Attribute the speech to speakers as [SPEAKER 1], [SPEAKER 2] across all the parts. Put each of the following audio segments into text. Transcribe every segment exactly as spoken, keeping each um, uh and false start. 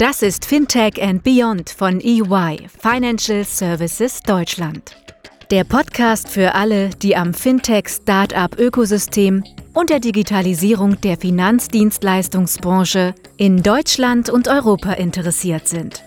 [SPEAKER 1] Das ist Fintech and Beyond von E Y, Financial Services Deutschland. Der Podcast für alle, die am Fintech-Startup-Ökosystem und der Digitalisierung der Finanzdienstleistungsbranche in Deutschland und Europa interessiert sind.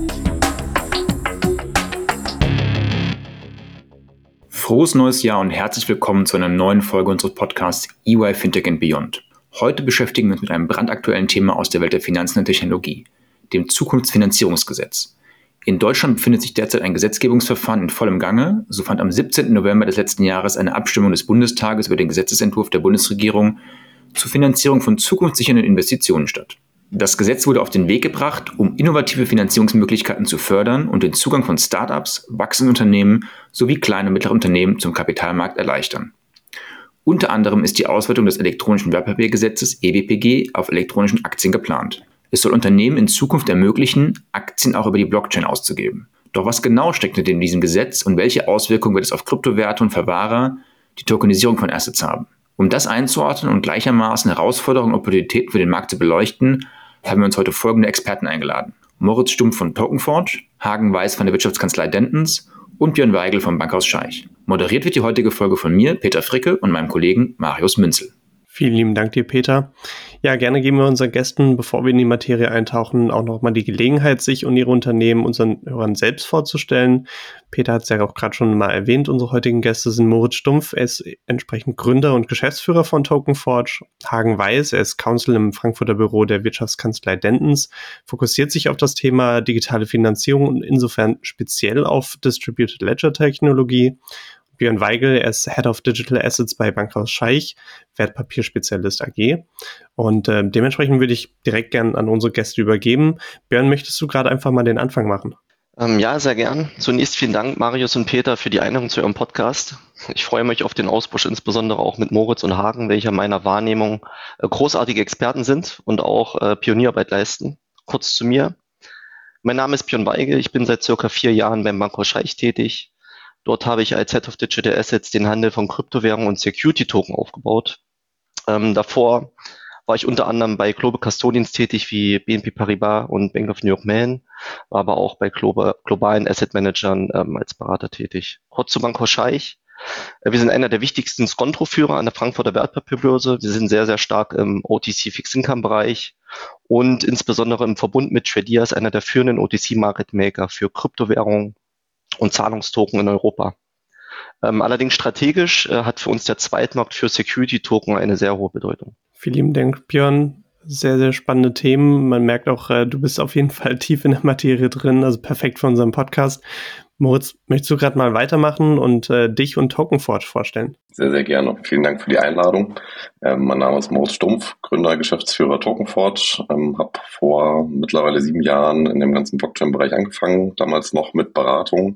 [SPEAKER 2] Frohes neues Jahr und herzlich willkommen zu einer neuen Folge unseres Podcasts E Y Fintech and Beyond. Heute beschäftigen wir uns mit einem brandaktuellen Thema aus der Welt der Finanzen und Technologie, dem Zukunftsfinanzierungsgesetz. In Deutschland befindet sich derzeit ein Gesetzgebungsverfahren in vollem Gange. So fand am siebzehnten November des letzten Jahres eine Abstimmung des Bundestages über den Gesetzesentwurf der Bundesregierung zur Finanzierung von zukunftssichernden Investitionen statt. Das Gesetz wurde auf den Weg gebracht, um innovative Finanzierungsmöglichkeiten zu fördern und den Zugang von Startups, wachsenden Unternehmen sowie kleinen und mittleren Unternehmen zum Kapitalmarkt erleichtern. Unter anderem ist die Ausweitung des elektronischen Wertpapiergesetzes E W P G auf elektronischen Aktien geplant. Es soll Unternehmen in Zukunft ermöglichen, Aktien auch über die Blockchain auszugeben. Doch was genau steckt hinter diesem Gesetz und welche Auswirkungen wird es auf Kryptowerte und Verwahrer, die Tokenisierung von Assets haben? Um das einzuordnen und gleichermaßen Herausforderungen und Opportunitäten für den Markt zu beleuchten, haben wir uns heute folgende Experten eingeladen. Moritz Stumpf von Tokenforge, Hagen Weiß von der Wirtschaftskanzlei Dentons und Björn Weigel vom Bankhaus Scheich. Moderiert wird die heutige Folge von mir, Peter Fricke, und meinem Kollegen Marius Münzel.
[SPEAKER 3] Vielen lieben Dank dir, Peter. Ja, gerne geben wir unseren Gästen, bevor wir in die Materie eintauchen, auch nochmal die Gelegenheit, sich und ihre Unternehmen unseren Hörern selbst vorzustellen. Peter hat es ja auch gerade schon mal erwähnt, unsere heutigen Gäste sind Moritz Stumpf, er ist entsprechend Gründer und Geschäftsführer von Tokenforge. Hagen Weiß, er ist Counsel im Frankfurter Büro der Wirtschaftskanzlei Dentons, fokussiert sich auf das Thema digitale Finanzierung und insofern speziell auf Distributed Ledger Technologie. Björn Weigel, er ist Head of Digital Assets bei Bankhaus Scheich, Wertpapierspezialist A G. Und äh, dementsprechend würde ich direkt gern an unsere Gäste übergeben. Björn, möchtest du gerade einfach mal den Anfang machen?
[SPEAKER 4] Ähm, ja, sehr gern. Zunächst vielen Dank, Marius und Peter, für die Einladung zu eurem Podcast. Ich freue mich auf den Austausch, insbesondere auch mit Moritz und Hagen, welche meiner Wahrnehmung äh, großartige Experten sind und auch äh, Pionierarbeit leisten. Kurz zu mir. Mein Name ist Björn Weigel. Ich bin seit circa vier Jahren beim Bankhaus Scheich tätig. Dort habe ich als Head of Digital Assets den Handel von Kryptowährungen und Security-Token aufgebaut. Ähm, davor war ich unter anderem bei Global Custodians tätig wie B N P Paribas und Bank of New York Mellon, war aber auch bei global, globalen Asset Managern ähm, als Berater tätig. Kurz zu Bankhaus Scheich. Äh, wir sind einer der wichtigsten Skonto-Führer an der Frankfurter Wertpapierbörse. Wir sind sehr, sehr stark im O T C Fixed Income Bereich und insbesondere im Verbund mit Tradias, einer der führenden O T C Market Maker für Kryptowährungen und Zahlungstoken in Europa. Ähm, allerdings strategisch äh, hat für uns der Zweitmarkt für Security-Token eine sehr hohe Bedeutung.
[SPEAKER 3] Vielen lieben Dank, Björn. Sehr, sehr spannende Themen. Man merkt auch, äh, du bist auf jeden Fall tief in der Materie drin, also perfekt für unseren Podcast. Moritz, möchtest du gerade mal weitermachen und äh, dich und Tokenforge vorstellen?
[SPEAKER 5] Sehr, sehr gerne. Vielen Dank für die Einladung. Ähm, mein Name ist Moritz Stumpf, Gründer, Geschäftsführer Tokenforge. Ähm, habe vor mittlerweile sieben Jahren in dem ganzen Blockchain-Bereich angefangen, damals noch mit Beratung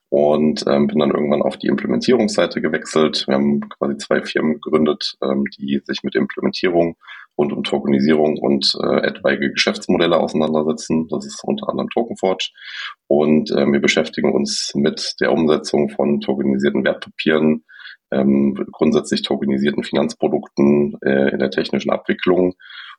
[SPEAKER 5] und ähm, bin dann irgendwann auf die Implementierungsseite gewechselt. Wir haben quasi zwei Firmen gegründet, ähm, die sich mit Implementierung rund um Tokenisierung und äh, etwaige Geschäftsmodelle auseinandersetzen. Das ist unter anderem Tokenforge. Und äh, wir beschäftigen uns mit der Umsetzung von tokenisierten Wertpapieren, ähm, grundsätzlich tokenisierten Finanzprodukten äh, in der technischen Abwicklung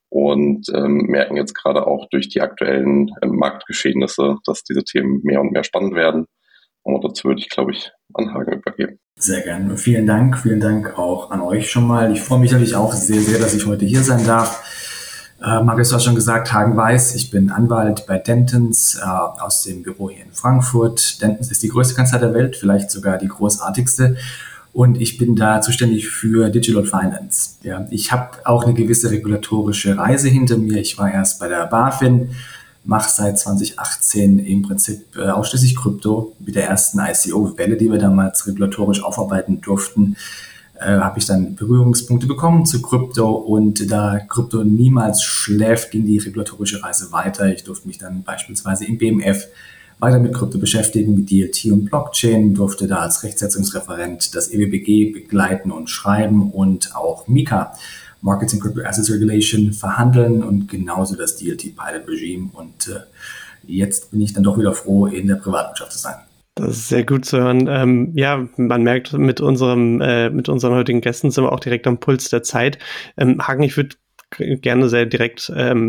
[SPEAKER 5] und ähm, merken jetzt gerade auch durch die aktuellen äh, Marktgeschehnisse, dass diese Themen mehr und mehr spannend werden. Und dazu würde ich, glaube ich, an Hagen übergeben.
[SPEAKER 6] Sehr gerne. Vielen Dank. Vielen Dank auch an euch schon mal. Ich freue mich natürlich auch sehr, sehr, dass ich heute hier sein darf. Äh, Marius hat schon gesagt, Hagen Weiß. Ich bin Anwalt bei Dentons äh, aus dem Büro hier in Frankfurt. Dentons ist die größte Kanzlei der Welt, vielleicht sogar die großartigste. Und ich bin da zuständig für Digital Finance. Ja, ich habe auch eine gewisse regulatorische Reise hinter mir. Ich war erst bei der BaFin, mache seit zwanzig achtzehn im Prinzip äh, ausschließlich Krypto. Mit der ersten I C O-Welle, die wir damals regulatorisch aufarbeiten durften, äh, habe ich dann Berührungspunkte bekommen zu Krypto. Und da Krypto niemals schläft, ging die regulatorische Reise weiter. Ich durfte mich dann beispielsweise im B M F weiter mit Krypto beschäftigen, mit D L T und Blockchain, durfte da als Rechtsetzungsreferent das E W B G begleiten und schreiben und auch MiCA, Markets Crypto Assets Regulation, verhandeln und genauso das D L T Pilot Regime. Und äh, jetzt bin ich dann doch wieder froh, in der Privatwirtschaft zu sein.
[SPEAKER 3] Das ist sehr gut zu hören. Ähm, ja, man merkt, mit unserem, äh, mit unseren heutigen Gästen sind wir auch direkt am Puls der Zeit. Ähm, Hagen, ich würde gerne sehr direkt ähm,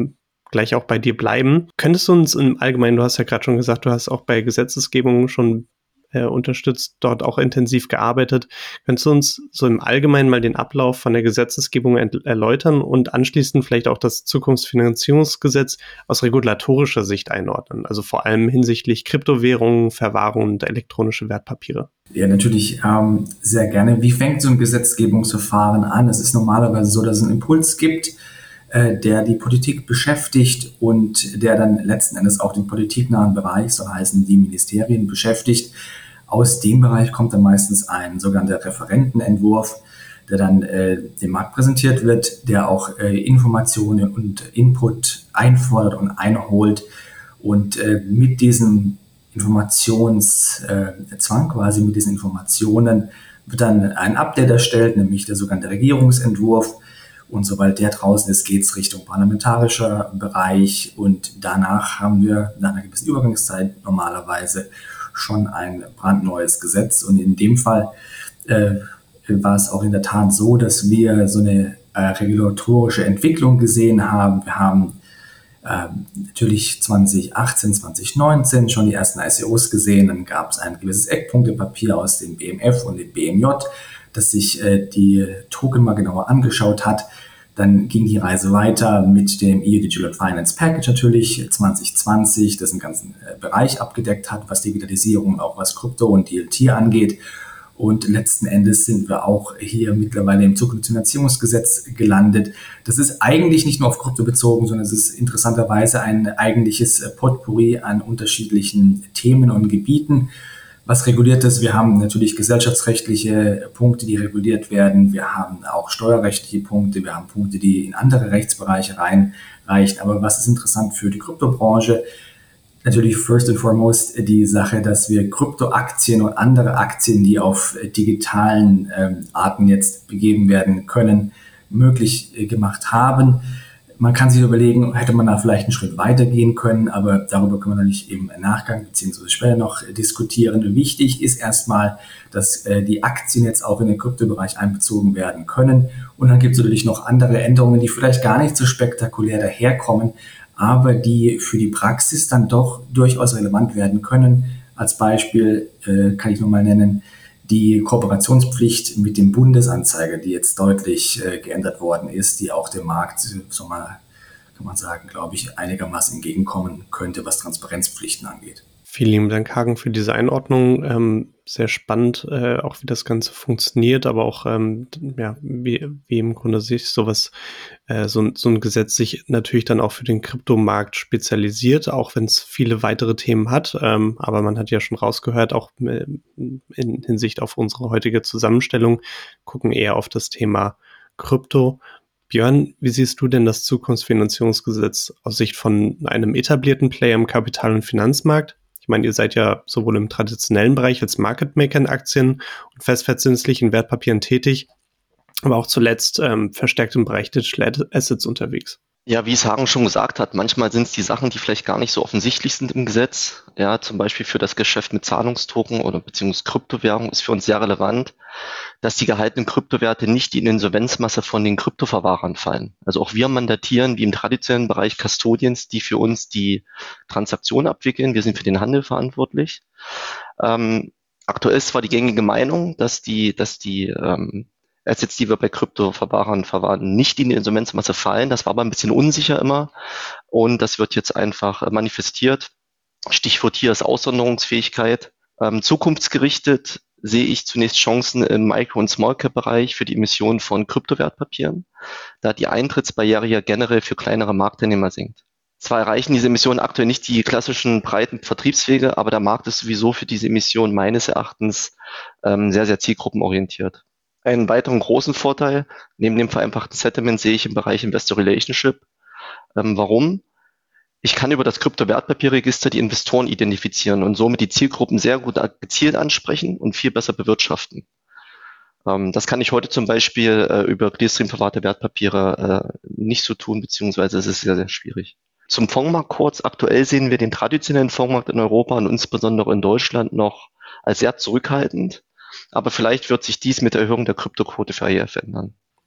[SPEAKER 3] gleich auch bei dir bleiben. Könntest du uns im Allgemeinen, du hast ja gerade schon gesagt, du hast auch bei Gesetzesgebung schon äh, unterstützt, dort auch intensiv gearbeitet. Könntest du uns so im Allgemeinen mal den Ablauf von der Gesetzesgebung ent- erläutern und anschließend vielleicht auch das Zukunftsfinanzierungsgesetz aus regulatorischer Sicht einordnen? Also vor allem hinsichtlich Kryptowährungen, Verwahrung und elektronische Wertpapiere.
[SPEAKER 6] Ja, natürlich ähm, sehr gerne. Wie fängt so ein Gesetzgebungsverfahren an? Es ist normalerweise so, dass es einen Impuls gibt, äh, der die Politik beschäftigt und der dann letzten Endes auch den politiknahen Bereich, so heißen die Ministerien, beschäftigt. Aus dem Bereich kommt dann meistens ein sogenannter Referentenentwurf, der dann äh, dem Markt präsentiert wird, der auch äh, Informationen und Input einfordert und einholt. Und äh, mit diesem Informationszwang, äh, quasi mit diesen Informationen, wird dann ein Update erstellt, nämlich der sogenannte Regierungsentwurf. Und sobald der draußen ist, geht es Richtung parlamentarischer Bereich. Und danach haben wir nach einer gewissen Übergangszeit normalerweise schon ein brandneues Gesetz. Und in dem Fall äh, war es auch in der Tat so, dass wir so eine äh, regulatorische Entwicklung gesehen haben. Wir haben äh, natürlich zwanzig achtzehn, zwanzig neunzehn schon die ersten I C Os gesehen. Dann gab es ein gewisses Eckpunktepapier aus dem B M F und dem B M J, das sich äh, die Token mal genauer angeschaut hat. Dann ging die Reise weiter mit dem E U Digital Finance Package natürlich zwanzig zwanzig, das einen ganzen äh, Bereich abgedeckt hat, was Digitalisierung und auch was Krypto und D L T angeht. Und letzten Endes sind wir auch hier mittlerweile im Zukunftsfinanzierungsgesetz gelandet. Das ist eigentlich nicht nur auf Krypto bezogen, sondern es ist interessanterweise ein eigentliches Potpourri an unterschiedlichen Themen und Gebieten. Was reguliert ist, wir haben natürlich gesellschaftsrechtliche Punkte, die reguliert werden. Wir haben auch steuerrechtliche Punkte. Wir haben Punkte, die in andere Rechtsbereiche reinreichen. Aber was ist interessant für die Kryptobranche? Natürlich first and foremost die Sache, dass wir Kryptoaktien und andere Aktien, die auf digitalen ähm, Arten jetzt begeben werden können, möglich äh, gemacht haben. Man kann sich überlegen, hätte man da vielleicht einen Schritt weiter gehen können, aber darüber können wir natürlich im Nachgang bzw. später noch diskutieren. Wichtig ist erstmal, dass äh, die Aktien jetzt auch in den Kryptobereich einbezogen werden können. Und dann gibt es natürlich noch andere Änderungen, die vielleicht gar nicht so spektakulär daherkommen, aber die für die Praxis dann doch durchaus relevant werden können. Als Beispiel äh, kann ich nur mal nennen, die Kooperationspflicht mit dem Bundesanzeiger, die jetzt deutlich äh, geändert worden ist, die auch dem Markt, so mal, kann man sagen, glaube ich, einigermaßen entgegenkommen könnte, was Transparenzpflichten angeht.
[SPEAKER 3] Vielen lieben Dank, Hagen, für diese Einordnung. Ähm, sehr spannend, äh, auch wie das Ganze funktioniert, aber auch ähm, ja, wie, wie im Grunde sich sowas, äh, so, so ein Gesetz sich natürlich dann auch für den Kryptomarkt spezialisiert, auch wenn es viele weitere Themen hat. Ähm, aber man hat ja schon rausgehört, auch in Hinsicht auf unsere heutige Zusammenstellung, gucken eher auf das Thema Krypto. Björn, wie siehst du denn das Zukunftsfinanzierungsgesetz aus Sicht von einem etablierten Player im Kapital- und Finanzmarkt? Ich meine, ihr seid ja sowohl im traditionellen Bereich als Market Maker in Aktien und festverzinslichen Wertpapieren tätig, aber auch zuletzt ähm, verstärkt im Bereich Digital Assets unterwegs.
[SPEAKER 4] Ja, wie es Hagen schon gesagt hat, manchmal sind es die Sachen, die vielleicht gar nicht so offensichtlich sind im Gesetz. Ja, zum Beispiel für das Geschäft mit Zahlungstoken oder beziehungsweise Kryptowährung ist für uns sehr relevant, dass die gehaltenen Kryptowerte nicht in die Insolvenzmasse von den Kryptoverwahrern fallen. Also auch wir mandatieren, wie im traditionellen Bereich, Custodians, die für uns die Transaktion abwickeln. Wir sind für den Handel verantwortlich. Ähm, aktuell ist zwar die gängige Meinung, dass die, dass die ähm, Assets, die wir bei Kryptoverwahrern verwahren, nicht in die Insolvenzmasse fallen. Das war aber ein bisschen unsicher immer. Und das wird jetzt einfach manifestiert. Stichwort hier ist Aussonderungsfähigkeit. Ähm, zukunftsgerichtet sehe ich zunächst Chancen im Micro- und Small-Cap-Bereich für die Emission von Kryptowertpapieren, da die Eintrittsbarriere ja generell für kleinere Marktteilnehmer sinkt. Zwar erreichen diese Emissionen aktuell nicht die klassischen breiten Vertriebswege, aber der Markt ist sowieso für diese Emission meines Erachtens ähm, sehr, sehr zielgruppenorientiert. Einen weiteren großen Vorteil neben dem vereinfachten Settlement sehe ich im Bereich Investor Relationship. Ähm, warum? Ich kann über das Kryptowertpapierregister die Investoren identifizieren und somit die Zielgruppen sehr gut gezielt ansprechen und viel besser bewirtschaften. Ähm, das kann ich heute zum Beispiel äh, über Clearstream verwahrte Wertpapiere äh, nicht so tun, beziehungsweise es ist sehr, sehr schwierig. Zum Fondsmarkt kurz. Aktuell sehen wir den traditionellen Fondsmarkt in Europa und insbesondere in Deutschland noch als sehr zurückhaltend. Aber vielleicht wird sich dies mit der Erhöhung der Kryptoquote für I F ändern.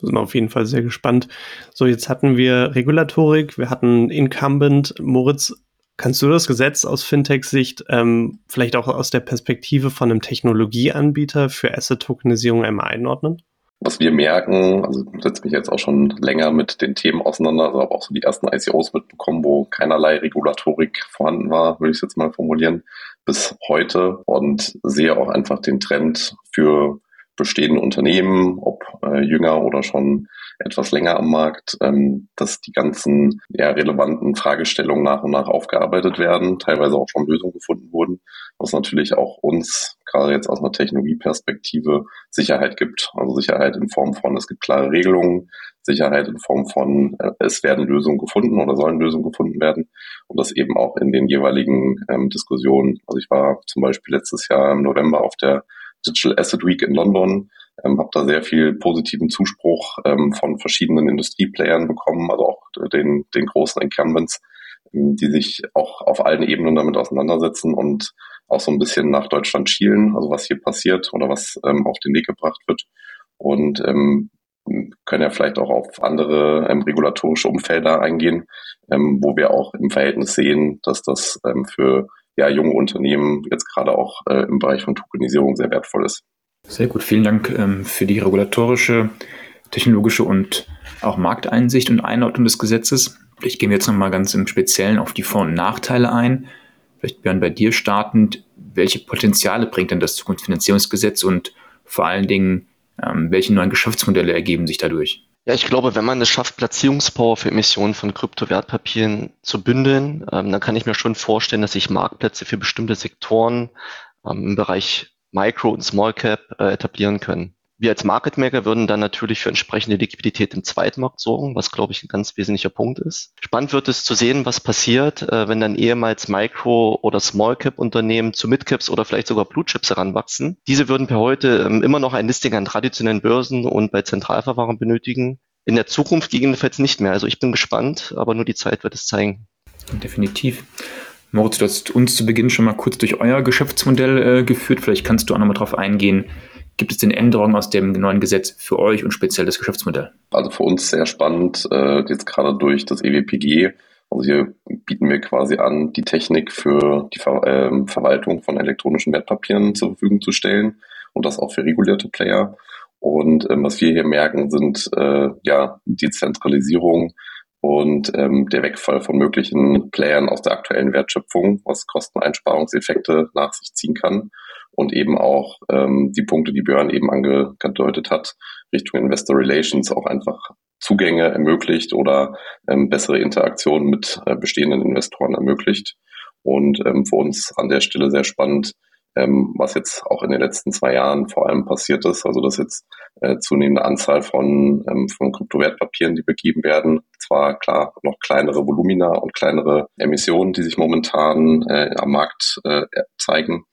[SPEAKER 3] sind wir auf jeden Fall sehr gespannt. So, jetzt hatten wir Regulatorik, wir hatten Incumbent. Moritz, kannst du das Gesetz aus Fintech-Sicht ähm, vielleicht auch aus der Perspektive von einem Technologieanbieter für Asset-Tokenisierung einmal einordnen?
[SPEAKER 5] Was wir merken, also ich setze mich jetzt auch schon länger mit den Themen auseinander, also habe auch so die ersten I C Os mitbekommen, wo keinerlei Regulatorik vorhanden war, würde ich es jetzt mal formulieren, bis heute, und sehe auch einfach den Trend für bestehende Unternehmen, ob äh, jünger oder schon etwas länger am Markt, ähm, dass die ganzen ja, relevanten Fragestellungen nach und nach aufgearbeitet werden, teilweise auch schon Lösungen gefunden wurden, was natürlich auch uns, gerade jetzt aus einer Technologieperspektive, Sicherheit gibt. Also Sicherheit in Form von, es gibt klare Regelungen, Sicherheit in Form von, äh, es werden Lösungen gefunden oder sollen Lösungen gefunden werden, und das eben auch in den jeweiligen ähm, Diskussionen. Also ich war zum Beispiel letztes Jahr im November auf der Digital Asset Week in London, ähm, habe da sehr viel positiven Zuspruch ähm, von verschiedenen Industrieplayern bekommen, also auch den, den großen Incumbents, ähm, die sich auch auf allen Ebenen damit auseinandersetzen und auch so ein bisschen nach Deutschland schielen, also was hier passiert oder was ähm, auf den Weg gebracht wird, und ähm, können ja vielleicht auch auf andere ähm, regulatorische Umfelder eingehen, ähm, wo wir auch im Verhältnis sehen, dass das ähm, für ja, junge Unternehmen jetzt gerade auch äh, im Bereich von Tokenisierung sehr wertvoll ist.
[SPEAKER 2] Sehr gut, vielen Dank ähm, für die regulatorische, technologische und auch Markteinsicht und Einordnung des Gesetzes. Vielleicht gehen wir jetzt nochmal ganz im Speziellen auf die Vor- und Nachteile ein. Vielleicht, Björn, bei dir startend, welche Potenziale bringt denn das Zukunftsfinanzierungsgesetz und vor allen Dingen, ähm, welche neuen Geschäftsmodelle ergeben sich dadurch?
[SPEAKER 4] Ja, ich glaube, wenn man es schafft, Platzierungspower für Emissionen von Kryptowertpapieren zu bündeln, ähm, dann kann ich mir schon vorstellen, dass sich Marktplätze für bestimmte Sektoren ähm, im Bereich Micro und Small Cap äh, etablieren können. Wir als Market Maker würden dann natürlich für entsprechende Liquidität im Zweitmarkt sorgen, was, glaube ich, ein ganz wesentlicher Punkt ist. Spannend wird es zu sehen, was passiert, äh, wenn dann ehemals Micro- oder Small-Cap-Unternehmen zu Mid-Caps oder vielleicht sogar Blue-Chips heranwachsen. Diese würden per heute ähm, immer noch ein Listing an traditionellen Börsen und bei Zentralverwahrern benötigen. In der Zukunft gegebenenfalls nicht mehr. Also ich bin gespannt, aber nur die Zeit wird es zeigen.
[SPEAKER 2] Definitiv. Moritz, du hast uns zu Beginn schon mal kurz durch euer Geschäftsmodell äh, geführt. Vielleicht kannst du auch nochmal drauf eingehen. Gibt es denn Änderungen aus dem neuen Gesetz für euch und speziell das Geschäftsmodell?
[SPEAKER 5] Also für uns sehr spannend, äh, jetzt gerade durch das E W P G. Also hier bieten wir quasi an, die Technik für die Ver äh, Verwaltung von elektronischen Wertpapieren zur Verfügung zu stellen, und das auch für regulierte Player. Und ähm, was wir hier merken, sind äh, ja die Zentralisierung und ähm, der Wegfall von möglichen Playern aus der aktuellen Wertschöpfung, was Kosteneinsparungseffekte nach sich ziehen kann. Und eben auch ähm, die Punkte, die Björn eben angedeutet hat, Richtung Investor Relations auch einfach Zugänge ermöglicht oder ähm, bessere Interaktionen mit äh, bestehenden Investoren ermöglicht. Und ähm, für uns an der Stelle sehr spannend, ähm, was jetzt auch in den letzten zwei Jahren vor allem passiert ist. Also dass jetzt äh, zunehmende Anzahl von, ähm, von Kryptowertpapieren, die begeben werden. Zwar klar noch kleinere Volumina und kleinere Emissionen, die sich momentan äh, am Markt äh, zeigen.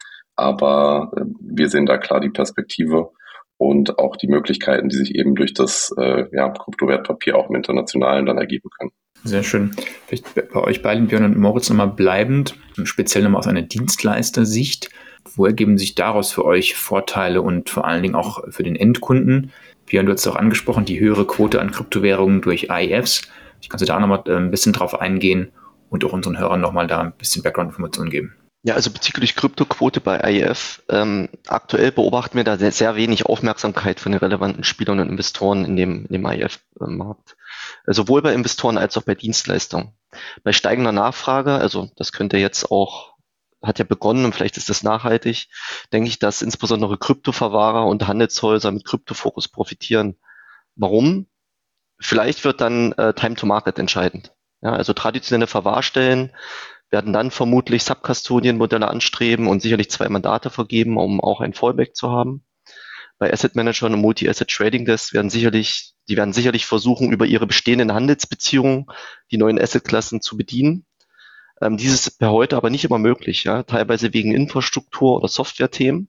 [SPEAKER 5] Aber äh, wir sehen da klar die Perspektive und auch die Möglichkeiten, die sich eben durch das äh, ja, Kryptowertpapier auch im Internationalen dann ergeben können.
[SPEAKER 2] Sehr schön. Vielleicht bei euch beiden, Björn und Moritz, nochmal bleibend, speziell nochmal aus einer Dienstleistersicht. Wo ergeben sich daraus für euch Vorteile und vor allen Dingen auch für den Endkunden? Björn, du hast es auch angesprochen, die höhere Quote an Kryptowährungen durch I E Fs. Ich kann da nochmal ein bisschen drauf eingehen und auch unseren Hörern nochmal da ein bisschen Background-Informationen geben.
[SPEAKER 4] Ja, also bezüglich Kryptoquote bei I E F, ähm, aktuell beobachten wir da sehr, sehr wenig Aufmerksamkeit von den relevanten Spielern und Investoren in dem, in dem I E F-Markt. Sowohl bei Investoren als auch bei Dienstleistern. Bei steigender Nachfrage, also das könnte jetzt auch, hat ja begonnen und vielleicht ist das nachhaltig, denke ich, dass insbesondere Kryptoverwahrer und Handelshäuser mit Kryptofokus profitieren. Warum? Vielleicht wird dann äh, Time to Market entscheidend. Ja, also traditionelle Verwahrstellen werden dann vermutlich Subcustodian-Modelle anstreben und sicherlich zwei Mandate vergeben, um auch ein Fallback zu haben. Bei Asset Managern und Multi-Asset Trading Desks werden sicherlich, die werden sicherlich versuchen, über ihre bestehenden Handelsbeziehungen die neuen Assetklassen zu bedienen. Ähm, dieses ist per heute aber nicht immer möglich, ja, teilweise wegen Infrastruktur- oder Software-Themen.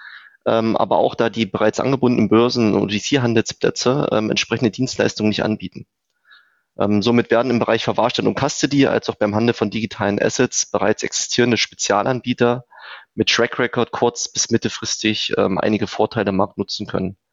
[SPEAKER 4] Ähm, aber auch da die bereits angebundenen Börsen und V C-Handelsplätze ähm, entsprechende Dienstleistungen nicht anbieten. Ähm, somit werden im Bereich Verwahrstellung und Custody als auch beim Handel von digitalen Assets bereits existierende Spezialanbieter mit Track Record kurz- bis mittelfristig ähm, einige Vorteile am Markt nutzen können.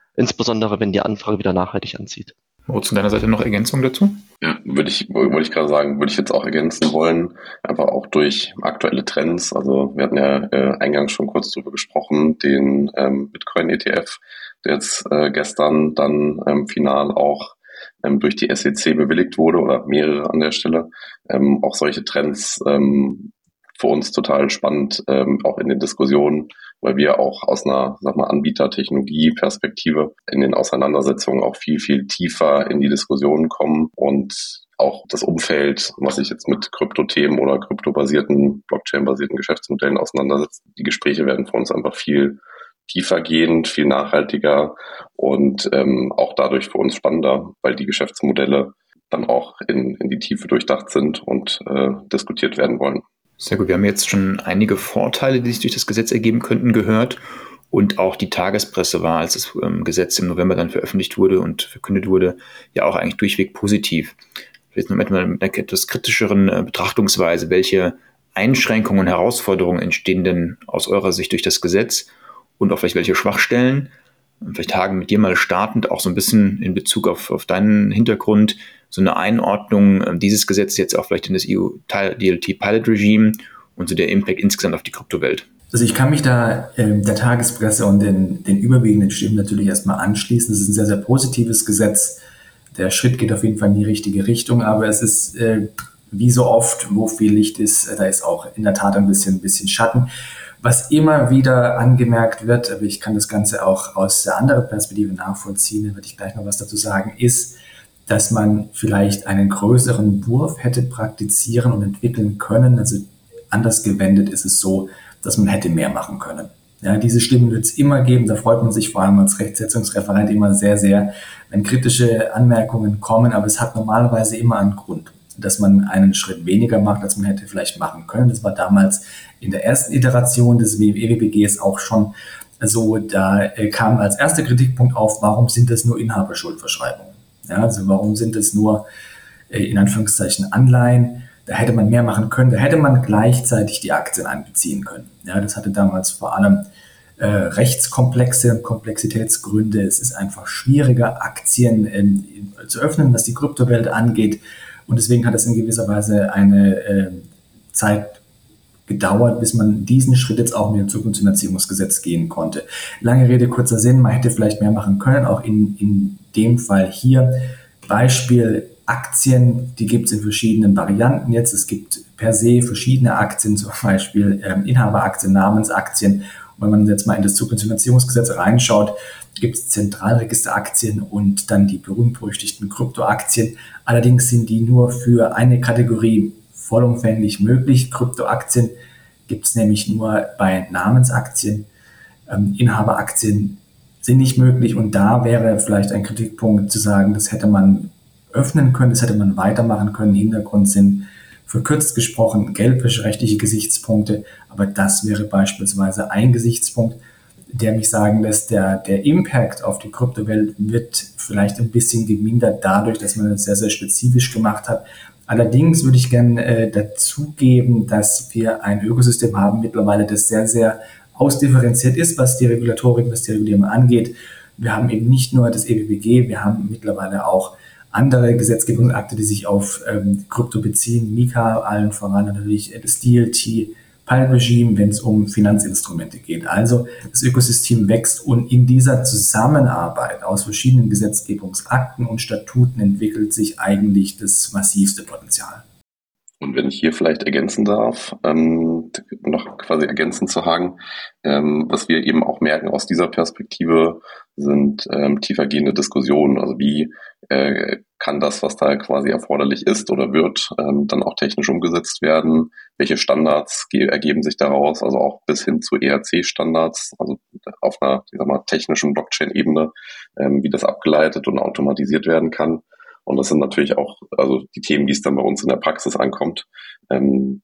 [SPEAKER 4] insbesondere wenn die Anfrage wieder nachhaltig anzieht.
[SPEAKER 2] Moritz, von deiner Seite noch Ergänzung dazu?
[SPEAKER 5] Ja, würde ich, wollte ich gerade sagen, würde ich jetzt auch ergänzen wollen, einfach auch durch aktuelle Trends. Also wir hatten ja äh, eingangs schon kurz drüber gesprochen, den ähm, Bitcoin-E T F, der jetzt äh, gestern dann ähm, final auch ähm, durch die S E C bewilligt wurde oder mehrere an der Stelle. Ähm, auch solche Trends ähm, für uns total spannend, ähm, auch in den Diskussionen, weil wir auch aus einer, sag mal, Anbieter-Technologie-Perspektive in den Auseinandersetzungen auch viel, viel tiefer in die Diskussionen kommen und auch das Umfeld, was sich jetzt mit Kryptothemen oder kryptobasierten, Blockchain-basierten Geschäftsmodellen auseinandersetzt. Die Gespräche werden für uns einfach viel tiefergehend, viel nachhaltiger und ähm, auch dadurch für uns spannender, weil die Geschäftsmodelle dann auch in, in die Tiefe durchdacht sind und äh, diskutiert werden wollen.
[SPEAKER 2] Sehr gut, wir haben jetzt schon einige Vorteile, die sich durch das Gesetz ergeben könnten, gehört. Und auch die Tagespresse war, als das ähm, Gesetz im November dann veröffentlicht wurde und verkündet wurde, ja auch eigentlich durchweg positiv. Jetzt noch mit einer etwas kritischeren äh, Betrachtungsweise, welche Einschränkungen und Herausforderungen entstehen denn aus eurer Sicht durch das Gesetz und auch vielleicht welche Schwachstellen? Vielleicht Hagen, mit dir mal startend, auch so ein bisschen in Bezug auf, auf deinen Hintergrund, so eine Einordnung äh, dieses Gesetzes jetzt auch vielleicht in das E U-D L T-Pilot-Regime und so der Impact insgesamt auf die Kryptowelt.
[SPEAKER 6] Also ich kann mich da äh, der Tagespresse und den, den überwiegenden Stimmen natürlich erstmal anschließen. Es ist ein sehr, sehr positives Gesetz. Der Schritt geht auf jeden Fall in die richtige Richtung, aber es ist äh, wie so oft, wo viel Licht ist, äh, da ist auch in der Tat ein bisschen, ein bisschen Schatten. Was immer wieder angemerkt wird, aber ich kann das Ganze auch aus der anderen Perspektive nachvollziehen, da werde ich gleich noch was dazu sagen, ist, dass man vielleicht einen größeren Wurf hätte praktizieren und entwickeln können. Also anders gewendet ist es so, dass man hätte mehr machen können. Ja, diese Stimmen wird es immer geben, da freut man sich vor allem als Rechtsetzungsreferent immer sehr, sehr, wenn kritische Anmerkungen kommen, aber es hat normalerweise immer einen Grund, dass man einen Schritt weniger macht, als man hätte vielleicht machen können. Das war damals in der ersten Iteration des E W B Gs auch schon so, da kam als erster Kritikpunkt auf, warum sind das nur Inhaberschuldverschreibungen? Ja, also warum sind es nur in Anführungszeichen Anleihen? Da hätte man mehr machen können, da hätte man gleichzeitig die Aktien einbeziehen können. Ja, das hatte damals vor allem äh, Rechtskomplexe und Komplexitätsgründe. Es ist einfach schwieriger, Aktien in, in, zu öffnen, was die Kryptowelt angeht. Und deswegen hat es in gewisser Weise eine äh, Zeit gedauert, bis man diesen Schritt jetzt auch mit dem Zukunftsfinanzierungsgesetz gehen konnte. Lange Rede, kurzer Sinn, man hätte vielleicht mehr machen können, auch in, in dem Fall hier. Beispiel Aktien, die gibt es in verschiedenen Varianten jetzt. Es gibt per se verschiedene Aktien, zum Beispiel ähm, Inhaberaktien, Namensaktien. Und wenn man jetzt mal in das Zukunftsfinanzierungsgesetz reinschaut, gibt es Zentralregisteraktien und dann die berühmt-berüchtigten Kryptoaktien. Allerdings sind die nur für eine Kategorie vollumfänglich möglich. Kryptoaktien gibt es nämlich nur bei Namensaktien. Ähm, Inhaberaktien sind nicht möglich und da wäre vielleicht ein Kritikpunkt zu sagen, das hätte man öffnen können, das hätte man weitermachen können. Hintergrund sind verkürzt gesprochen geldwäscherechtliche Gesichtspunkte, aber das wäre beispielsweise ein Gesichtspunkt, der mich sagen lässt, der, der Impact auf die Kryptowelt wird vielleicht ein bisschen gemindert dadurch, dass man es sehr, sehr spezifisch gemacht hat. Allerdings würde ich gerne äh, dazugeben, dass wir ein Ökosystem haben mittlerweile, das sehr, sehr ausdifferenziert ist, was die Regulatorik, was die Regulierung angeht. Wir haben eben nicht nur das E W B G, wir haben mittlerweile auch andere Gesetzgebungsakte, die sich auf ähm, Krypto beziehen, Mika, allen voran natürlich das D L T, Pilot-Regime, wenn es um Finanzinstrumente geht. Also das Ökosystem wächst und in dieser Zusammenarbeit aus verschiedenen Gesetzgebungsakten und Statuten entwickelt sich eigentlich das massivste Potenzial.
[SPEAKER 5] Und wenn ich hier vielleicht ergänzen darf, ähm, noch quasi ergänzend zu Hagen, ähm, was wir eben auch merken aus dieser Perspektive, sind ähm, tiefergehende Diskussionen. Also wie äh, kann das, was da quasi erforderlich ist oder wird, ähm, dann auch technisch umgesetzt werden? Welche Standards ge- ergeben sich daraus? Also auch bis hin zu E R C-Standards, also auf einer, ich sag mal, technischen Blockchain-Ebene, ähm, wie das abgeleitet und automatisiert werden kann. Und das sind natürlich auch also die Themen, wie es dann bei uns in der Praxis ankommt, ähm,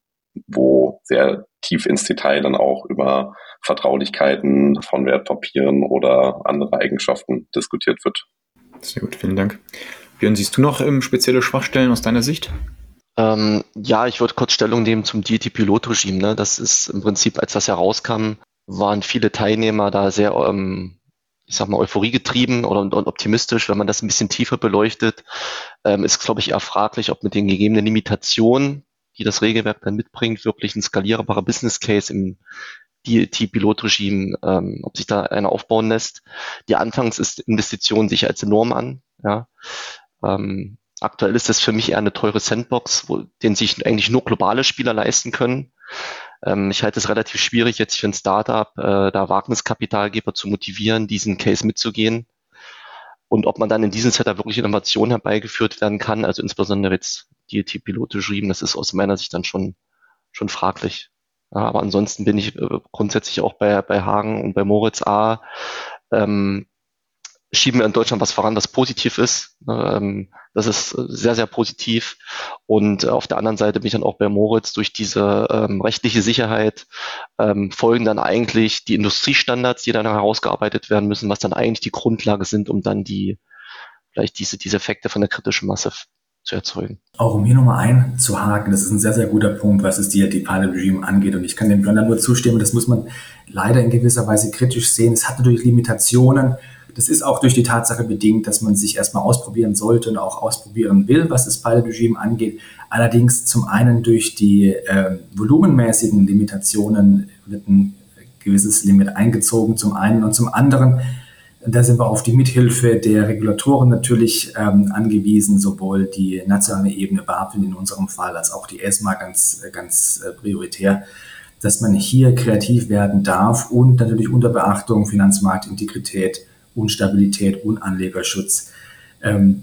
[SPEAKER 5] wo sehr tief ins Detail dann auch über Vertraulichkeiten von Wertpapieren oder andere Eigenschaften diskutiert wird.
[SPEAKER 2] Sehr gut, vielen Dank. Björn, siehst du noch ähm, spezielle Schwachstellen aus deiner Sicht?
[SPEAKER 4] Ähm, ja, ich würde kurz Stellung nehmen zum D L T-Pilotregime. Ne? Das ist im Prinzip, als das herauskam, waren viele Teilnehmer da sehr ähm, ich sag mal, Euphorie getrieben oder und, und optimistisch. Wenn man das ein bisschen tiefer beleuchtet, ähm, ist, glaube ich, eher fraglich, ob mit den gegebenen Limitationen, die das Regelwerk dann mitbringt, wirklich ein skalierbarer Business Case im D L T-Pilotregime, ähm, ob sich da einer aufbauen lässt. Die Anfangsinvestitionen sehe ich als enorm an. Ja. Ähm, aktuell ist das für mich eher eine teure Sandbox, wo, den sich eigentlich nur globale Spieler leisten können. Ähm, ich halte es relativ schwierig, jetzt für ein Startup äh, da Wagniskapitalgeber zu motivieren, diesen Case mitzugehen. Und ob man dann in diesem Setup wirklich Innovation herbeigeführt werden kann, also insbesondere jetzt D L T-Pilotregime, das ist aus meiner Sicht dann schon, schon fraglich. Ja, aber ansonsten bin ich äh, grundsätzlich auch bei, bei Hagen und bei Moritz A. Ähm, schieben wir in Deutschland was voran, was positiv ist. Ähm, das ist sehr, sehr positiv. Und äh, auf der anderen Seite bin ich dann auch bei Moritz. Durch diese ähm, rechtliche Sicherheit ähm, folgen dann eigentlich die Industriestandards, die dann herausgearbeitet werden müssen, was dann eigentlich die Grundlage sind, um dann die vielleicht diese, diese Effekte von der kritischen Masse zu erzeugen.
[SPEAKER 6] Auch um hier nochmal einzuhaken, das ist ein sehr, sehr guter Punkt, was es D L T-Pilot-Regime angeht. Und ich kann dem Björn nur zustimmen, das muss man leider in gewisser Weise kritisch sehen. Es hat natürlich Limitationen. Das ist auch durch die Tatsache bedingt, dass man sich erstmal ausprobieren sollte und auch ausprobieren will, was das Pilot-Regime angeht. Allerdings zum einen durch die äh, volumenmäßigen Limitationen wird ein gewisses Limit eingezogen, zum einen. Und zum anderen, da sind wir auf die Mithilfe der Regulatoren natürlich ähm, angewiesen, sowohl die nationale Ebene, BaFin in unserem Fall, als auch die ESMA ganz, ganz äh, prioritär, dass man hier kreativ werden darf und natürlich unter Beachtung Finanzmarktintegrität und Stabilität und Anlegerschutz ähm,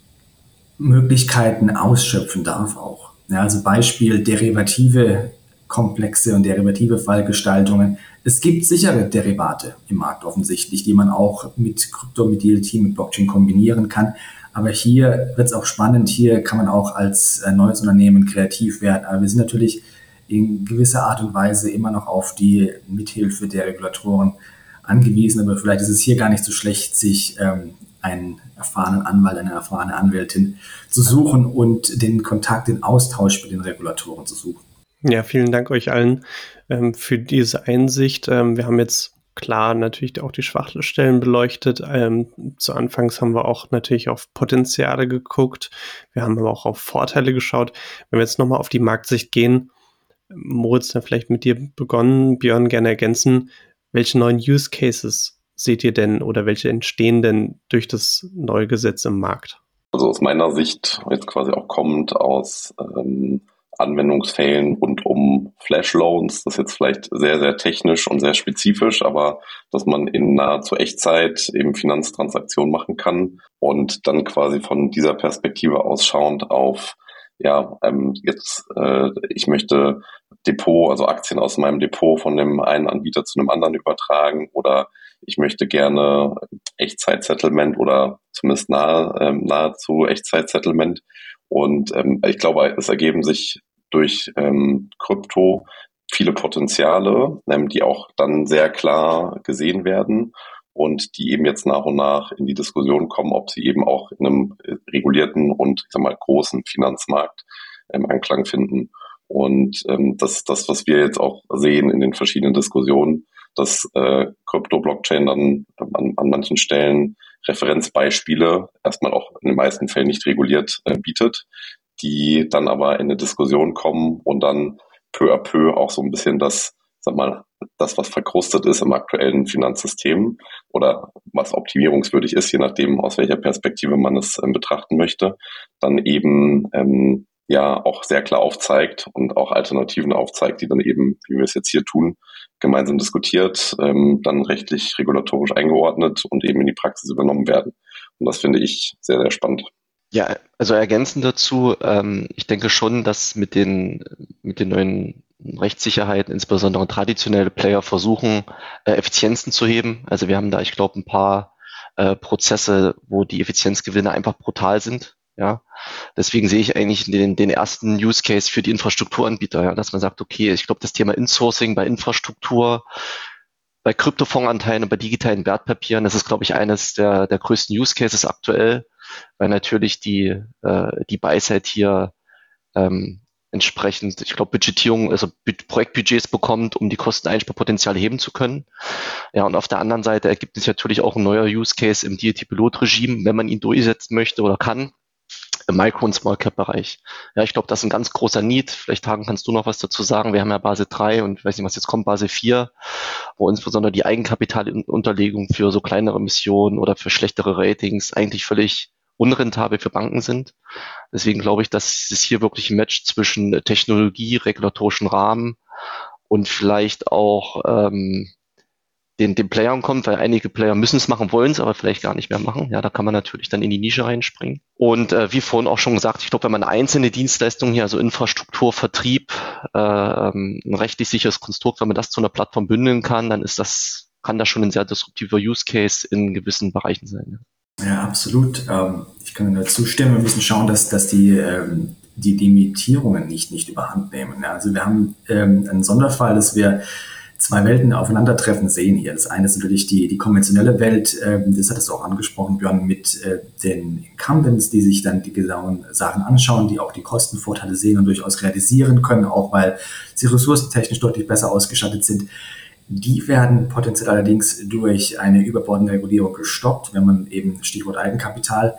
[SPEAKER 6] Möglichkeiten ausschöpfen darf auch. Ja, also Beispiel derivative Komplexe und derivative Fallgestaltungen. Es gibt sichere Derivate im Markt offensichtlich, die man auch mit Krypto, mit D L T, mit Blockchain kombinieren kann. Aber hier wird es auch spannend. Hier kann man auch als äh, neues Unternehmen kreativ werden. Aber wir sind natürlich in gewisser Art und Weise immer noch auf die Mithilfe der Regulatoren angewiesen. Aber vielleicht ist es hier gar nicht so schlecht, sich ähm, einen erfahrenen Anwalt, eine erfahrene Anwältin zu suchen und den Kontakt, den Austausch mit den Regulatoren zu suchen.
[SPEAKER 3] Ja, vielen Dank euch allen ähm, für diese Einsicht. Ähm, wir haben jetzt klar natürlich auch die Schwachstellen beleuchtet. Ähm, zu Anfangs haben wir auch natürlich auf Potenziale geguckt. Wir haben aber auch auf Vorteile geschaut. Wenn wir jetzt nochmal auf die Marktsicht gehen, Moritz, dann vielleicht mit dir begonnen, Björn gerne ergänzen. Welche neuen Use Cases seht ihr denn oder welche entstehen denn durch das neue Gesetz im Markt?
[SPEAKER 5] Also aus meiner Sicht jetzt quasi auch kommend aus ähm, Anwendungsfällen rund um Flash-Loans. Das ist jetzt vielleicht sehr, sehr technisch und sehr spezifisch, aber dass man in nahezu Echtzeit eben Finanztransaktionen machen kann und dann quasi von dieser Perspektive ausschauend auf, ja, ähm, jetzt, äh, ich möchte Depot, also Aktien aus meinem Depot von dem einen Anbieter zu einem anderen übertragen oder ich möchte gerne Echtzeit-Settlement oder zumindest nahe, ähm, nahezu Echtzeit-Settlement. Und ähm, ich glaube, es ergeben sich durch ähm, Krypto viele Potenziale, ähm, die auch dann sehr klar gesehen werden und die eben jetzt nach und nach in die Diskussion kommen, ob sie eben auch in einem regulierten und ich sag mal großen Finanzmarkt ähm, Anklang finden. Und ähm, das ist das, was wir jetzt auch sehen in den verschiedenen Diskussionen, dass äh, Krypto-Blockchain dann an, an manchen Stellen Referenzbeispiele erstmal auch in den meisten Fällen nicht reguliert äh, bietet, die dann aber in eine Diskussion kommen und dann peu à peu auch so ein bisschen das, sag mal, das, was verkrustet ist im aktuellen Finanzsystem oder was optimierungswürdig ist, je nachdem, aus welcher Perspektive man es äh, betrachten möchte, dann eben ähm, ja auch sehr klar aufzeigt und auch Alternativen aufzeigt, die dann eben, wie wir es jetzt hier tun, gemeinsam diskutiert, ähm, dann rechtlich, regulatorisch eingeordnet und eben in die Praxis übernommen werden. Und das finde ich sehr, sehr spannend.
[SPEAKER 4] Ja, also ergänzend dazu, ähm, ich denke schon, dass mit den, mit den neuen Rechtssicherheiten, insbesondere traditionelle Player, versuchen, äh, Effizienzen zu heben. Also wir haben da, ich glaube, ein paar äh, Prozesse, wo die Effizienzgewinne einfach brutal sind. Ja, deswegen sehe ich eigentlich den, den ersten Use Case für die Infrastrukturanbieter, ja, dass man sagt, okay, ich glaube, das Thema Insourcing bei Infrastruktur, bei Kryptofondsanteilen und bei digitalen Wertpapieren, das ist, glaube ich, eines der, der größten Use Cases aktuell, weil natürlich die, äh, die Buy-Side hier ähm, entsprechend, ich glaube, Budgetierung, also Projektbudgets bekommt, um die Kosteneinsparpotenziale heben zu können. Ja, und auf der anderen Seite ergibt sich natürlich auch ein neuer Use Case im D L T-Pilotregime, wenn man ihn durchsetzen möchte oder kann, im Micro- und Small-Cap-Bereich. Ja, ich glaube, das ist ein ganz großer Need. Vielleicht, Hagen, kannst du noch was dazu sagen? Wir haben ja Basel drei und ich weiß nicht, was jetzt kommt, Basel vier, wo insbesondere die Eigenkapitalunterlegung für so kleinere Missionen oder für schlechtere Ratings eigentlich völlig unrentabel für Banken sind. Deswegen glaube ich, dass es hier wirklich ein Match zwischen Technologie, regulatorischen Rahmen und vielleicht auch ähm, den, den Playern kommt, weil einige Player müssen es machen, wollen es aber vielleicht gar nicht mehr machen. Ja, da kann man natürlich dann in die Nische reinspringen. Und äh, wie vorhin auch schon gesagt, ich glaube, wenn man einzelne Dienstleistungen hier, also Infrastruktur, Vertrieb, äh, ein rechtlich sicheres Konstrukt, wenn man das zu einer Plattform bündeln kann, dann ist das, kann das schon ein sehr disruptiver Use Case in gewissen Bereichen sein. Ja.
[SPEAKER 6] Ja, absolut. Ähm, ich kann nur zustimmen. Wir müssen schauen, dass, dass die, ähm, die Limitierungen nicht, nicht überhand nehmen. Ja, also wir haben ähm, einen Sonderfall, dass wir zwei Welten aufeinandertreffen sehen hier. Das eine ist natürlich die, die konventionelle Welt, ähm, das hattest du auch angesprochen, Björn, mit äh, den Incumbents, die sich dann die genauen Sachen anschauen, die auch die Kostenvorteile sehen und durchaus realisieren können, auch weil sie ressourcentechnisch deutlich besser ausgestattet sind. Die werden potenziell allerdings durch eine überbordende Regulierung gestoppt, wenn man eben Stichwort Eigenkapital,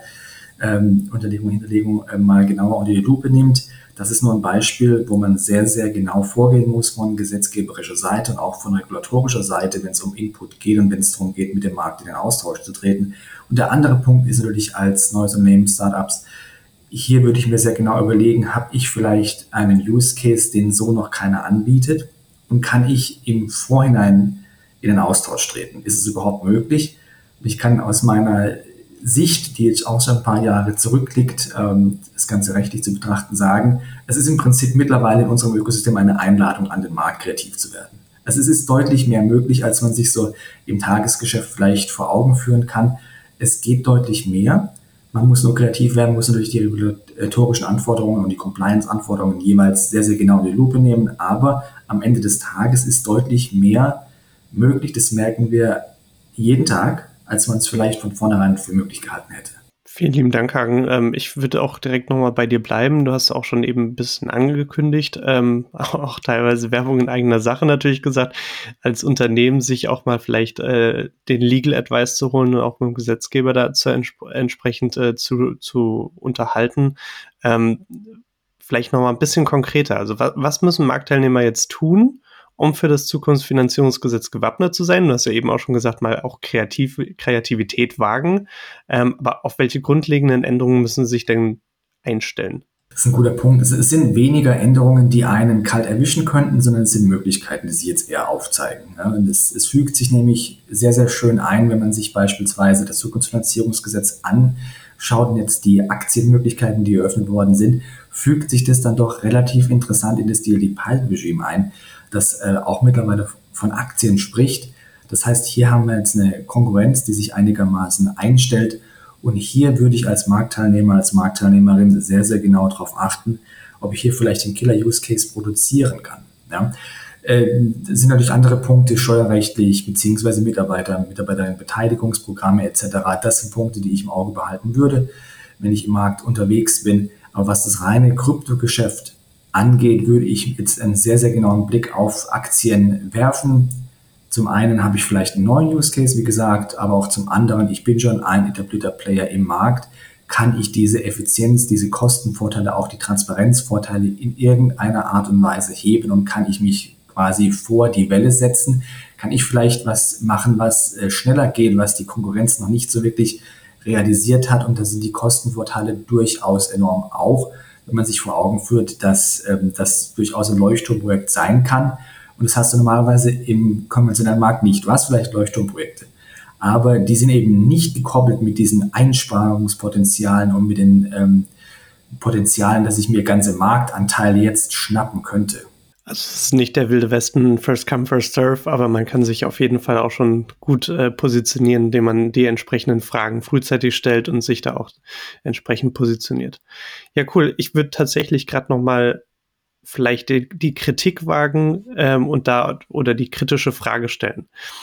[SPEAKER 6] ähm, Unterlegung, Hinterlegung äh, mal genauer unter die Lupe nimmt. Das ist nur ein Beispiel, wo man sehr, sehr genau vorgehen muss von gesetzgeberischer Seite und auch von regulatorischer Seite, wenn es um Input geht und wenn es darum geht, mit dem Markt in den Austausch zu treten. Und der andere Punkt ist natürlich als neues Unternehmen, Startups, hier würde ich mir sehr genau überlegen, habe ich vielleicht einen Use Case, den so noch keiner anbietet? Und kann ich im Vorhinein in den Austausch treten? Ist es überhaupt möglich? Ich kann aus meiner Sicht, die jetzt auch schon ein paar Jahre zurückliegt, das Ganze rechtlich zu betrachten, sagen, es ist im Prinzip mittlerweile in unserem Ökosystem eine Einladung an den Markt, kreativ zu werden. Also es ist deutlich mehr möglich, als man sich so im Tagesgeschäft vielleicht vor Augen führen kann. Es geht deutlich mehr. Man muss nur kreativ werden, muss natürlich die regulatorischen Anforderungen und die Compliance-Anforderungen jeweils sehr, sehr genau in die Lupe nehmen. Aber am Ende des Tages ist deutlich mehr möglich. Das merken wir jeden Tag, als man es vielleicht von vornherein für möglich gehalten hätte.
[SPEAKER 3] Vielen lieben Dank, Hagen. Ich würde auch direkt nochmal bei dir bleiben. Du hast auch schon eben ein bisschen angekündigt, ähm, auch teilweise Werbung in eigener Sache natürlich gesagt, als Unternehmen sich auch mal vielleicht äh, den Legal Advice zu holen und auch mit dem Gesetzgeber dazu entsp- entsprechend äh, zu, zu unterhalten. Ähm, vielleicht nochmal ein bisschen konkreter. Also was, was müssen Marktteilnehmer jetzt tun, um für das Zukunftsfinanzierungsgesetz gewappnet zu sein? Du hast ja eben auch schon gesagt, mal auch kreativ, Kreativität wagen. Ähm, aber auf welche grundlegenden Änderungen müssen sie sich denn einstellen?
[SPEAKER 6] Das ist ein guter Punkt. Es sind weniger Änderungen, die einen kalt erwischen könnten, sondern es sind Möglichkeiten, die sich jetzt eher aufzeigen. Ja, und es, es fügt sich nämlich sehr, sehr schön ein, wenn man sich beispielsweise das Zukunftsfinanzierungsgesetz anschaut und jetzt die Aktienmöglichkeiten, die eröffnet worden sind, fügt sich das dann doch relativ interessant in das D L T-Pilot-Regime ein, das äh, auch mittlerweile von Aktien spricht. Das heißt, hier haben wir jetzt eine Konkurrenz, die sich einigermaßen einstellt. Und hier würde ich als Marktteilnehmer, als Marktteilnehmerin sehr, sehr genau darauf achten, ob ich hier vielleicht den Killer-Use-Case produzieren kann. Ja? Äh, das sind natürlich andere Punkte, steuerrechtlich, beziehungsweise Mitarbeiter, Mitarbeiterinnenbeteiligungsprogramme et cetera. Das sind Punkte, die ich im Auge behalten würde, wenn ich im Markt unterwegs bin. Aber was das reine Kryptogeschäft angeht, würde ich jetzt einen sehr, sehr genauen Blick auf Aktien werfen. Zum einen habe ich vielleicht einen neuen Use Case, wie gesagt, aber auch zum anderen, ich bin schon ein etablierter Player im Markt. Kann ich diese Effizienz, diese Kostenvorteile, auch die Transparenzvorteile in irgendeiner Art und Weise heben und kann ich mich quasi vor die Welle setzen? Kann ich vielleicht was machen, was äh, schneller geht, was die Konkurrenz noch nicht so wirklich realisiert hat? Und da sind die Kostenvorteile durchaus enorm auch, wenn man sich vor Augen führt, dass ähm, das durchaus ein Leuchtturmprojekt sein kann. Und das hast du normalerweise im konventionellen Markt nicht. Du hast vielleicht Leuchtturmprojekte, aber die sind eben nicht gekoppelt mit diesen Einsparungspotenzialen und mit den ähm, Potenzialen, dass ich mir ganze Marktanteile jetzt schnappen könnte.
[SPEAKER 3] Also es ist nicht der wilde Westen, First Come, First Serve, aber man kann sich auf jeden Fall auch schon gut äh, positionieren, indem man die entsprechenden Fragen frühzeitig stellt und sich da auch entsprechend positioniert. Ja, cool. Ich würde tatsächlich gerade noch mal vielleicht die, die Kritik wagen ähm, und da oder die kritische Frage stellen.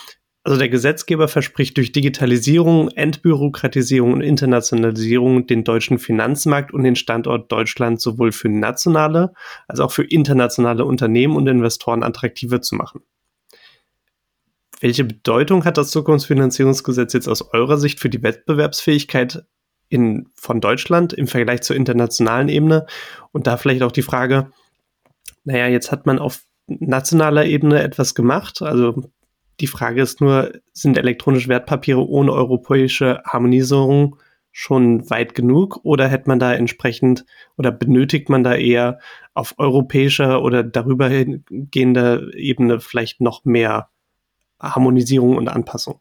[SPEAKER 3] Also der Gesetzgeber verspricht durch Digitalisierung, Entbürokratisierung und Internationalisierung den deutschen Finanzmarkt und den Standort Deutschland sowohl für nationale als auch für internationale Unternehmen und Investoren attraktiver zu machen. Welche Bedeutung hat das Zukunftsfinanzierungsgesetz jetzt aus eurer Sicht für die Wettbewerbsfähigkeit in, von Deutschland im Vergleich zur internationalen Ebene? Und da vielleicht auch die Frage, naja, jetzt hat man auf nationaler Ebene etwas gemacht, also die Frage ist nur, sind elektronische Wertpapiere ohne europäische Harmonisierung schon weit genug oder hätte man da entsprechend oder benötigt man da eher auf europäischer oder darüber hingehender Ebene vielleicht noch mehr Harmonisierung und Anpassung?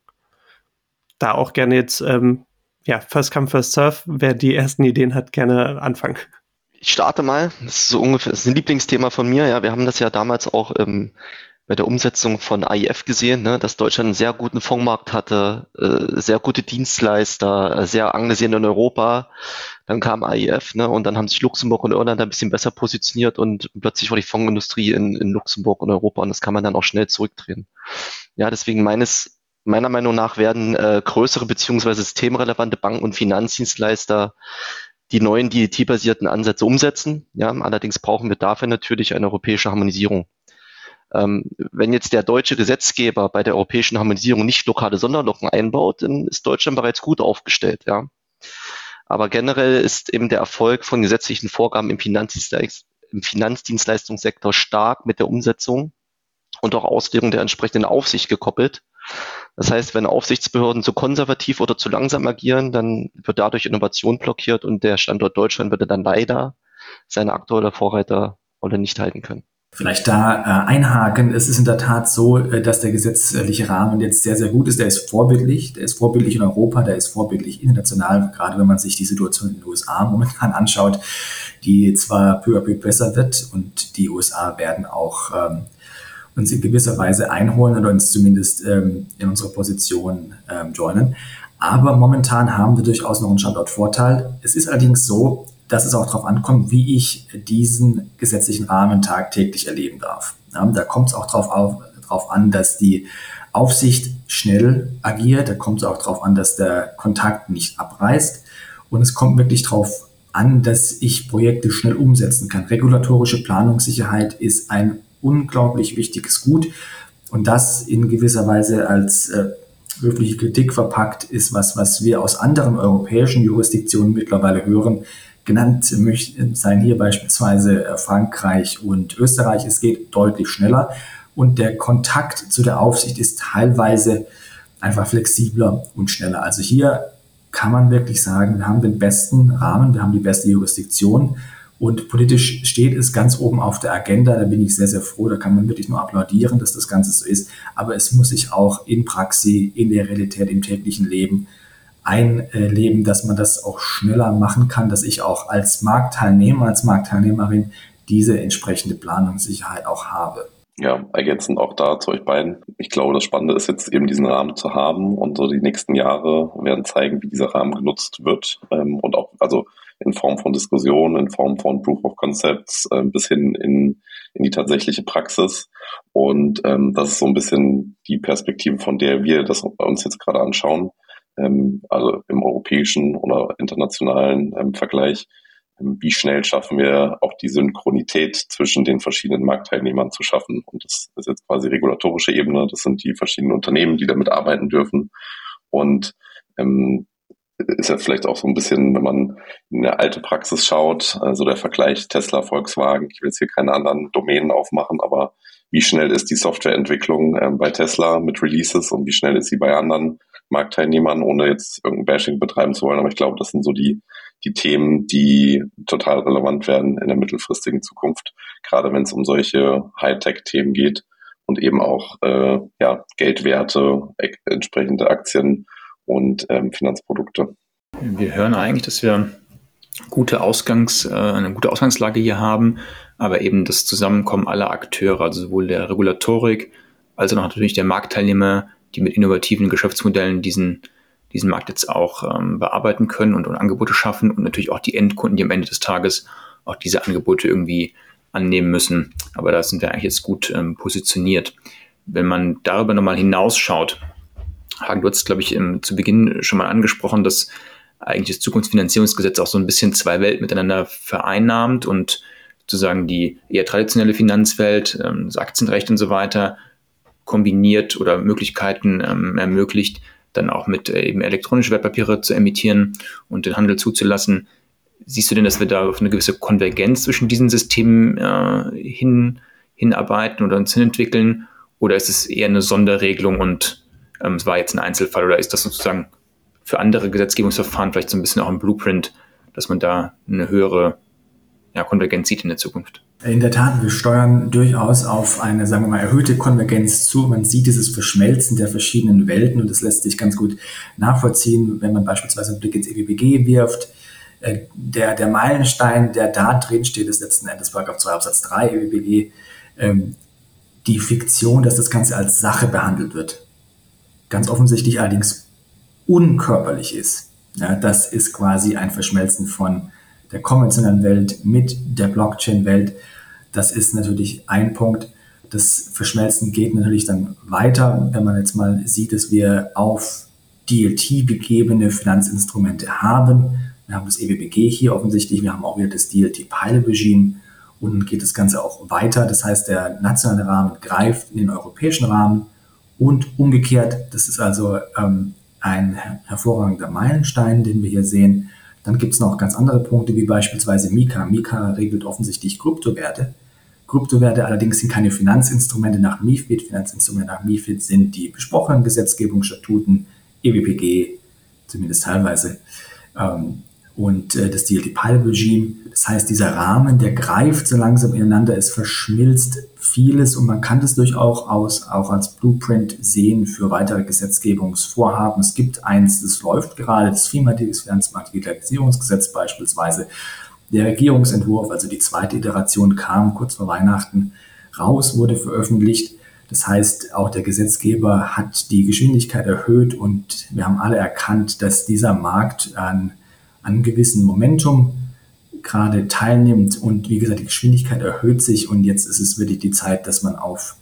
[SPEAKER 3] Da auch gerne jetzt, ähm, ja, First Come, First Serve, wer die ersten Ideen hat, gerne anfangen.
[SPEAKER 4] Ich starte mal, das ist so ungefähr, das ist ein Lieblingsthema von mir, ja, wir haben das ja damals auch ähm, bei der Umsetzung von A I F gesehen, ne, dass Deutschland einen sehr guten Fondsmarkt hatte, äh, sehr gute Dienstleister, äh, sehr angesehen in Europa. Dann kam A I F, ne, und dann haben sich Luxemburg und Irland ein bisschen besser positioniert und plötzlich war die Fondsindustrie in, in Luxemburg und Europa und das kann man dann auch schnell zurückdrehen. Ja, deswegen meines, meiner Meinung nach werden äh, größere beziehungsweise systemrelevante Banken und Finanzdienstleister die neuen D E T-basierten Ansätze umsetzen. Ja, allerdings brauchen wir dafür natürlich eine europäische Harmonisierung. Ähm, wenn jetzt der deutsche Gesetzgeber bei der europäischen Harmonisierung nicht lokale Sonderlocken einbaut, dann ist Deutschland bereits gut aufgestellt. Ja. Aber generell ist eben der Erfolg von gesetzlichen Vorgaben im, Finanzdienstleist- im Finanzdienstleistungssektor stark mit der Umsetzung und auch Auslegung der entsprechenden Aufsicht gekoppelt. Das heißt, wenn Aufsichtsbehörden zu konservativ oder zu langsam agieren, dann wird dadurch Innovation blockiert und der Standort Deutschland würde dann leider seine aktuelle Vorreiterrolle nicht halten können.
[SPEAKER 6] Vielleicht da äh, einhaken. Es ist in der Tat so, äh, dass der gesetzliche Rahmen jetzt sehr, sehr gut ist. Der ist vorbildlich. Der ist vorbildlich in Europa. Der ist vorbildlich international. Gerade wenn man sich die Situation in den U S A momentan anschaut, die zwar peu à peu besser wird und die U S A werden auch ähm, uns in gewisser Weise einholen oder uns zumindest ähm, in unserer Position ähm, joinen. Aber momentan haben wir durchaus noch einen Standortvorteil. Es ist allerdings so, dass es auch darauf ankommt, wie ich diesen gesetzlichen Rahmen tagtäglich erleben darf. Ja, da kommt es auch darauf auf, drauf an, dass die Aufsicht schnell agiert. Da kommt es auch darauf an, dass der Kontakt nicht abreißt. Und es kommt wirklich darauf an, dass ich Projekte schnell umsetzen kann. Regulatorische Planungssicherheit ist ein unglaublich wichtiges Gut. Und das in gewisser Weise als äh, höfliche Kritik verpackt ist was, was wir aus anderen europäischen Jurisdiktionen mittlerweile hören. Genannt seien hier beispielsweise Frankreich und Österreich. Es geht deutlich schneller und der Kontakt zu der Aufsicht ist teilweise einfach flexibler und schneller. Also hier kann man wirklich sagen, wir haben den besten Rahmen, wir haben die beste Jurisdiktion und politisch steht es ganz oben auf der Agenda. Da bin ich sehr, sehr froh. Da kann man wirklich nur applaudieren, dass das Ganze so ist. Aber es muss sich auch in Praxis, in der Realität, im täglichen Leben einleben, dass man das auch schneller machen kann, dass ich auch als Marktteilnehmer, als Marktteilnehmerin diese entsprechende Planungssicherheit auch habe.
[SPEAKER 5] Ja, ergänzend auch da zu euch beiden. Ich glaube, das Spannende ist jetzt eben diesen Rahmen zu haben und so die nächsten Jahre werden zeigen, wie dieser Rahmen genutzt wird ähm, und auch also in Form von Diskussionen, in Form von Proof of Concepts äh, bis hin in, in die tatsächliche Praxis. Und ähm, das ist so ein bisschen die Perspektive, von der wir das uns jetzt gerade anschauen. Also im europäischen oder internationalen ähm, Vergleich, ähm, wie schnell schaffen wir auch die Synchronität zwischen den verschiedenen Marktteilnehmern zu schaffen. Und das ist jetzt quasi regulatorische Ebene, das sind die verschiedenen Unternehmen, die damit arbeiten dürfen. Und ähm, ist ja vielleicht auch so ein bisschen, wenn man in eine alte Praxis schaut, also der Vergleich Tesla, Volkswagen, ich will jetzt hier keine anderen Domänen aufmachen, aber wie schnell ist die Softwareentwicklung ähm, bei Tesla mit Releases und wie schnell ist sie bei anderen Marktteilnehmern, ohne jetzt irgendein Bashing betreiben zu wollen. Aber ich glaube, das sind so die, die Themen, die total relevant werden in der mittelfristigen Zukunft, gerade wenn es um solche Hightech-Themen geht und eben auch äh, ja, Geldwerte, äh, entsprechende Aktien und ähm, Finanzprodukte.
[SPEAKER 2] Wir hören eigentlich, dass wir gute Ausgangs, äh, eine gute Ausgangslage hier haben, aber eben das Zusammenkommen aller Akteure, also sowohl der Regulatorik als auch natürlich der Marktteilnehmer, die mit innovativen Geschäftsmodellen diesen, diesen Markt jetzt auch ähm, bearbeiten können und, und Angebote schaffen und natürlich auch die Endkunden, die am Ende des Tages auch diese Angebote irgendwie annehmen müssen. Aber da sind wir eigentlich jetzt gut ähm, positioniert. Wenn man darüber nochmal hinausschaut, Hagen, du hast, glaube ich, im, zu Beginn schon mal angesprochen, dass eigentlich das Zukunftsfinanzierungsgesetz auch so ein bisschen zwei Welten miteinander vereinnahmt und sozusagen die eher traditionelle Finanzwelt, ähm, das Aktienrecht und so weiter, kombiniert oder Möglichkeiten ähm, ermöglicht, dann auch mit äh, eben elektronische Wertpapiere zu emittieren und den Handel zuzulassen. Siehst du denn, dass wir da auf eine gewisse Konvergenz zwischen diesen Systemen äh, hin, hinarbeiten oder uns hinentwickeln? Oder ist es eher eine Sonderregelung und ähm, es war jetzt ein Einzelfall? Oder ist das sozusagen für andere Gesetzgebungsverfahren vielleicht so ein bisschen auch ein Blueprint, dass man da eine höhere ja, Konvergenz sieht in der Zukunft?
[SPEAKER 6] In der Tat, wir steuern durchaus auf eine, sagen wir mal, erhöhte Konvergenz zu. Man sieht dieses Verschmelzen der verschiedenen Welten und das lässt sich ganz gut nachvollziehen, wenn man beispielsweise einen Blick ins E W B G wirft. Der, der Meilenstein, der da drin steht, ist letzten Endes Paragraph zwei Absatz drei E W B G, ähm, die Fiktion, dass das Ganze als Sache behandelt wird. Ganz offensichtlich allerdings unkörperlich ist. Ja, das ist quasi ein Verschmelzen von der konventionellen Welt mit der Blockchain-Welt. Das ist natürlich ein Punkt. Das Verschmelzen geht natürlich dann weiter, wenn man jetzt mal sieht, dass wir auf D L T begebene Finanzinstrumente haben. Wir haben das E W B G hier offensichtlich, wir haben auch wieder das D L T-Pilot-Regime und dann geht das Ganze auch weiter. Das heißt, der nationale Rahmen greift in den europäischen Rahmen und umgekehrt. Das ist also ähm, ein hervorragender Meilenstein, den wir hier sehen. Dann gibt es noch ganz andere Punkte, wie beispielsweise MiCA. MiCA regelt offensichtlich Kryptowerte. Kryptowerte allerdings sind keine Finanzinstrumente nach MiFID. Finanzinstrumente nach MiFID sind die besprochenen Gesetzgebungsstatuten, E W B G, zumindest teilweise, ähm, und äh, das D L T-Pilot-Regime. Das heißt, dieser Rahmen, der greift so langsam ineinander, es verschmilzt vieles und man kann das durchaus aus, auch als Blueprint sehen für weitere Gesetzgebungsvorhaben. Es gibt eins, das läuft gerade, das FIMA, das Finanzmarktdigitalisierungsgesetz beispielsweise. Der Regierungsentwurf, also die zweite Iteration, kam kurz vor Weihnachten raus, wurde veröffentlicht. Das heißt, auch der Gesetzgeber hat die Geschwindigkeit erhöht und wir haben alle erkannt, dass dieser Markt an, an gewissem Momentum gerade teilnimmt und wie gesagt, die Geschwindigkeit erhöht sich und jetzt ist es wirklich die Zeit, dass man auf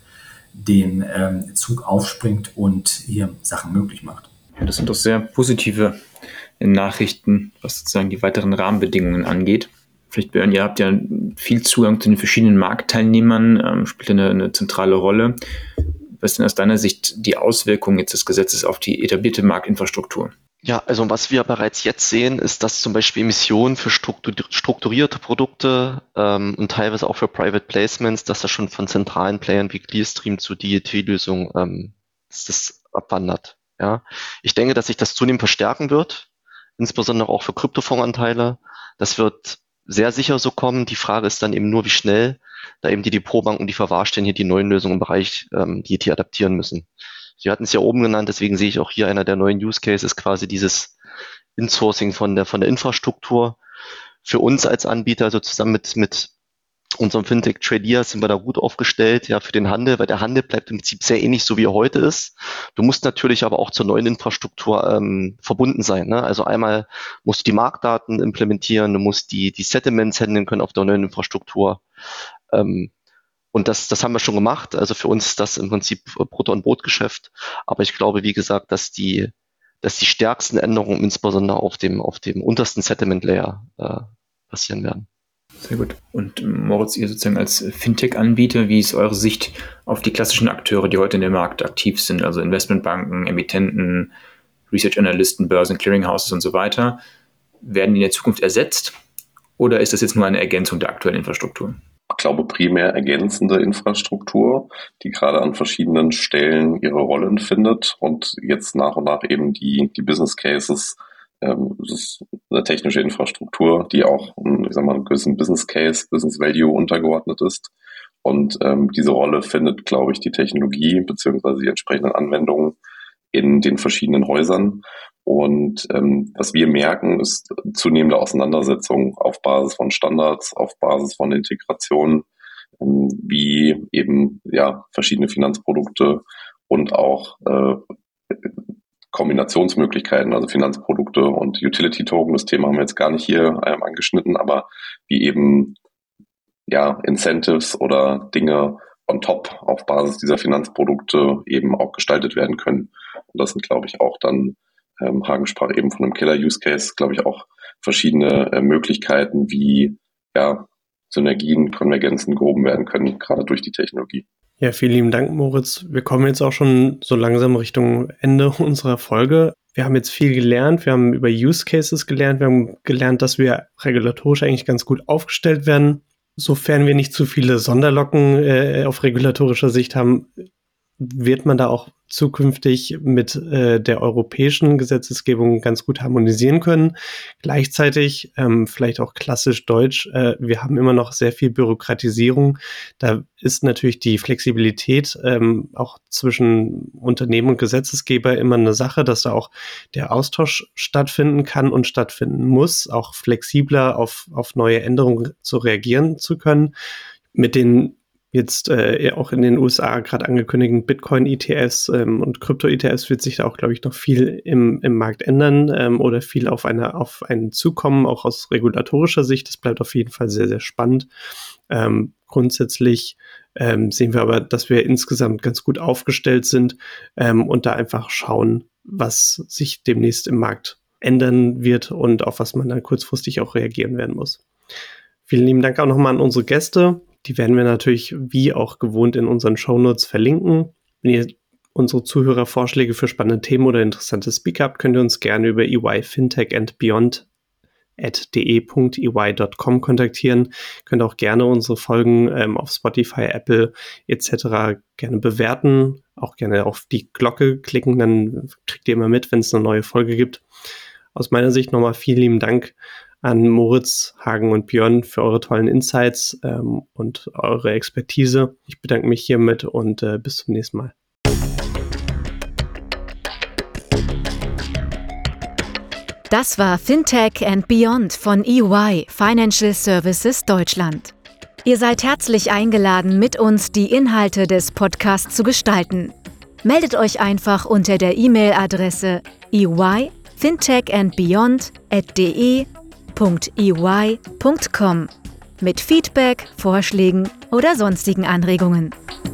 [SPEAKER 6] den ähm, Zug aufspringt und hier Sachen möglich macht.
[SPEAKER 2] Ja, das sind doch sehr positive Nachrichten, was sozusagen die weiteren Rahmenbedingungen angeht. Vielleicht, Björn, ihr habt ja viel Zugang zu den verschiedenen Marktteilnehmern, ähm, spielt eine, eine zentrale Rolle. Was ist denn aus deiner Sicht die Auswirkungen jetzt des Gesetzes auf die etablierte Marktinfrastruktur?
[SPEAKER 4] Ja, also was wir bereits jetzt sehen, ist, dass zum Beispiel Emissionen für strukturierte Produkte ähm, und teilweise auch für Private Placements, dass das schon von zentralen Playern wie Clearstream zu D L T-Lösungen ähm, dass das abwandert. Ja, ich denke, dass sich das zunehmend verstärken wird, insbesondere auch für Kryptofondanteile. Das wird sehr sicher so kommen. Die Frage ist dann eben nur, wie schnell da eben die Depotbanken und die Verwahrstellen hier die neuen Lösungen im Bereich ähm, D L T adaptieren müssen. Sie hatten es ja oben genannt, deswegen sehe ich auch hier einer der neuen Use Cases quasi dieses Insourcing von der von der Infrastruktur. Für uns als Anbieter, also zusammen mit mit unserem Fintech Tradier sind wir da gut aufgestellt, ja, für den Handel, weil der Handel bleibt im Prinzip sehr ähnlich, so wie er heute ist. Du musst natürlich aber auch zur neuen Infrastruktur ähm, verbunden sein. Ne? Also einmal musst du die Marktdaten implementieren, du musst die die Settlements handeln können auf der neuen Infrastruktur. Ähm, Und das, das haben wir schon gemacht. Also für uns ist das im Prinzip Brot- und Brotgeschäft. Aber ich glaube, wie gesagt, dass die, dass die stärksten Änderungen insbesondere auf dem, auf dem untersten Settlement Layer äh, passieren werden.
[SPEAKER 2] Sehr gut. Und Moritz, ihr sozusagen als Fintech-Anbieter, wie ist eure Sicht auf die klassischen Akteure, die heute in dem Markt aktiv sind, also Investmentbanken, Emittenten, Research-Analysten, Börsen, Clearinghouses und so weiter? Werden die in der Zukunft ersetzt oder ist das jetzt nur eine Ergänzung der aktuellen Infrastruktur?
[SPEAKER 5] Ich glaube, primär ergänzende Infrastruktur, die gerade an verschiedenen Stellen ihre Rollen findet und jetzt nach und nach eben die, die Business Cases, ähm, das ist eine technische Infrastruktur, die auch, ich sag mal, einen gewissen Business Case, Business Value untergeordnet ist. Und ähm, diese Rolle findet, glaube ich, die Technologie beziehungsweise die entsprechenden Anwendungen in den verschiedenen Häusern. Und ähm, was wir merken, ist zunehmende Auseinandersetzung auf Basis von Standards, auf Basis von Integration, ähm, wie eben ja verschiedene Finanzprodukte und auch äh, Kombinationsmöglichkeiten, also Finanzprodukte und Utility-Token. Das Thema haben wir jetzt gar nicht hier ähm, angeschnitten, aber wie eben ja Incentives oder Dinge on top auf Basis dieser Finanzprodukte eben auch gestaltet werden können. Und das sind, glaube ich, auch dann, ähm, Hagen sprach eben von einem Killer-Use-Case, glaube ich, auch verschiedene äh, Möglichkeiten, wie ja, Synergien, Konvergenzen gehoben werden können, gerade durch die Technologie.
[SPEAKER 3] Ja, vielen lieben Dank, Moritz. Wir kommen jetzt auch schon so langsam Richtung Ende unserer Folge. Wir haben jetzt viel gelernt, wir haben über Use Cases gelernt, wir haben gelernt, dass wir regulatorisch eigentlich ganz gut aufgestellt werden. Sofern wir nicht zu viele Sonderlocken äh, auf regulatorischer Sicht haben, wird man da auch zukünftig mit äh, der europäischen Gesetzgebung ganz gut harmonisieren können. Gleichzeitig, ähm, vielleicht auch klassisch deutsch, äh, wir haben immer noch sehr viel Bürokratisierung. Da ist natürlich die Flexibilität ähm, auch zwischen Unternehmen und Gesetzesgeber immer eine Sache, dass da auch der Austausch stattfinden kann und stattfinden muss, auch flexibler auf, auf neue Änderungen zu reagieren zu können. Mit den jetzt äh, auch in den U S A gerade angekündigten Bitcoin-E T Fs ähm, und Krypto-E T Fs wird sich da auch, glaube ich, noch viel im, im Markt ändern ähm, oder viel auf, eine, auf einen zukommen, auch aus regulatorischer Sicht. Das bleibt auf jeden Fall sehr, sehr spannend. Ähm, grundsätzlich ähm, sehen wir aber, dass wir insgesamt ganz gut aufgestellt sind ähm, und da einfach schauen, was sich demnächst im Markt ändern wird und auf was man dann kurzfristig auch reagieren werden muss. Vielen lieben Dank auch nochmal an unsere Gäste. Die werden wir natürlich wie auch gewohnt in unseren Shownotes verlinken. Wenn ihr unsere Zuhörer Vorschläge für spannende Themen oder interessante Speaker habt, könnt ihr uns gerne über E Y Fintech and Beyond at de punkt e y punkt com kontaktieren. Könnt auch gerne unsere Folgen ähm, auf Spotify, Apple et cetera gerne bewerten. Auch gerne auf die Glocke klicken, dann kriegt ihr immer mit, wenn es eine neue Folge gibt. Aus meiner Sicht nochmal vielen lieben Dank an Moritz, Hagen und Björn für eure tollen Insights ähm, und eure Expertise. Ich bedanke mich hiermit und äh, bis zum nächsten Mal.
[SPEAKER 1] Das war Fintech and Beyond von E Y Financial Services Deutschland. Ihr seid herzlich eingeladen, mit uns die Inhalte des Podcasts zu gestalten. Meldet euch einfach unter der E-Mail-Adresse e y fintech and beyond at de punkt e y punkt com mit Feedback, Vorschlägen oder sonstigen Anregungen.